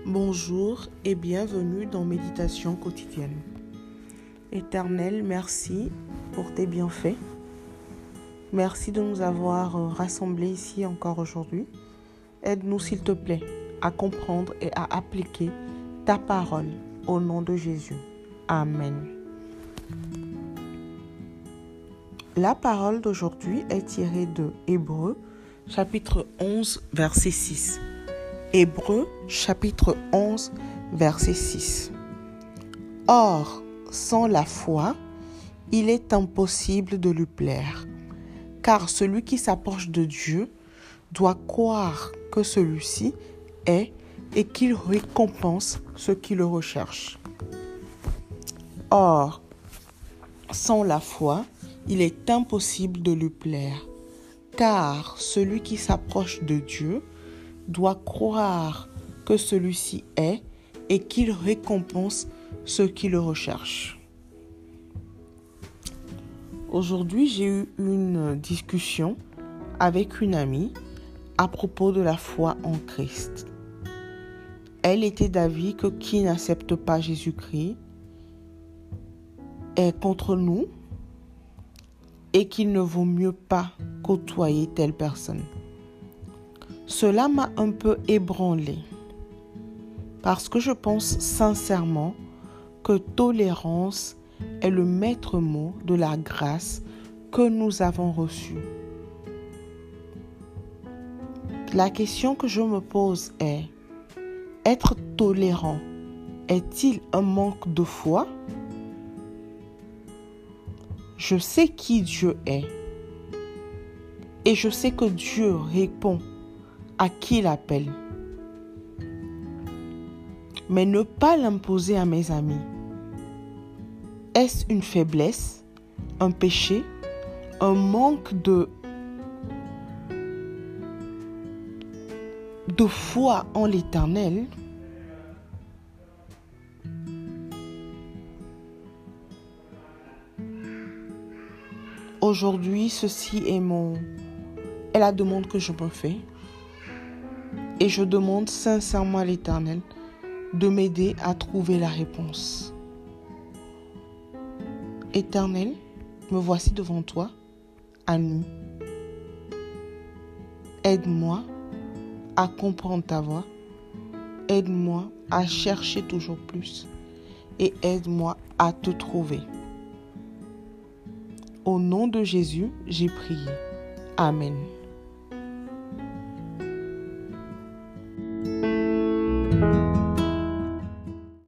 Bonjour et bienvenue dans Méditation quotidienne. Éternel, merci pour tes bienfaits. Merci de nous avoir rassemblés ici encore aujourd'hui. Aide-nous s'il te plaît à comprendre et à appliquer ta parole au nom de Jésus. Amen. La parole d'aujourd'hui est tirée de Hébreux, chapitre 11, verset 6. Hébreux, chapitre 11, verset 6. Or, sans la foi, il est impossible de lui plaire, car celui qui s'approche de Dieu doit croire que celui-ci est et qu'il récompense ceux qui le recherchent. Or, sans la foi, il est impossible de lui plaire, car celui qui s'approche de Dieu doit croire que celui-ci est et qu'il récompense ceux qui le recherchent. Aujourd'hui, j'ai eu une discussion avec une amie à propos de la foi en Christ. Elle était d'avis que qui n'accepte pas Jésus-Christ est contre nous et qu'il ne vaut mieux pas côtoyer telle personne. Cela m'a un peu ébranlée parce que je pense sincèrement que tolérance est le maître mot de la grâce que nous avons reçue. La question que je me pose est: être tolérant est-il un manque de foi? Je sais qui Dieu est et je sais que Dieu répond à qui il appelle. Mais ne pas l'imposer à mes amis, est-ce une faiblesse, un péché, un manque de foi en l'Éternel? Aujourd'hui, ceci est la demande que je me fais. Et je demande sincèrement à l'Éternel de m'aider à trouver la réponse. Éternel, me voici devant toi, à nu. Aide-moi à comprendre ta voix. Aide-moi à chercher toujours plus. Et aide-moi à te trouver. Au nom de Jésus, j'ai prié. Amen.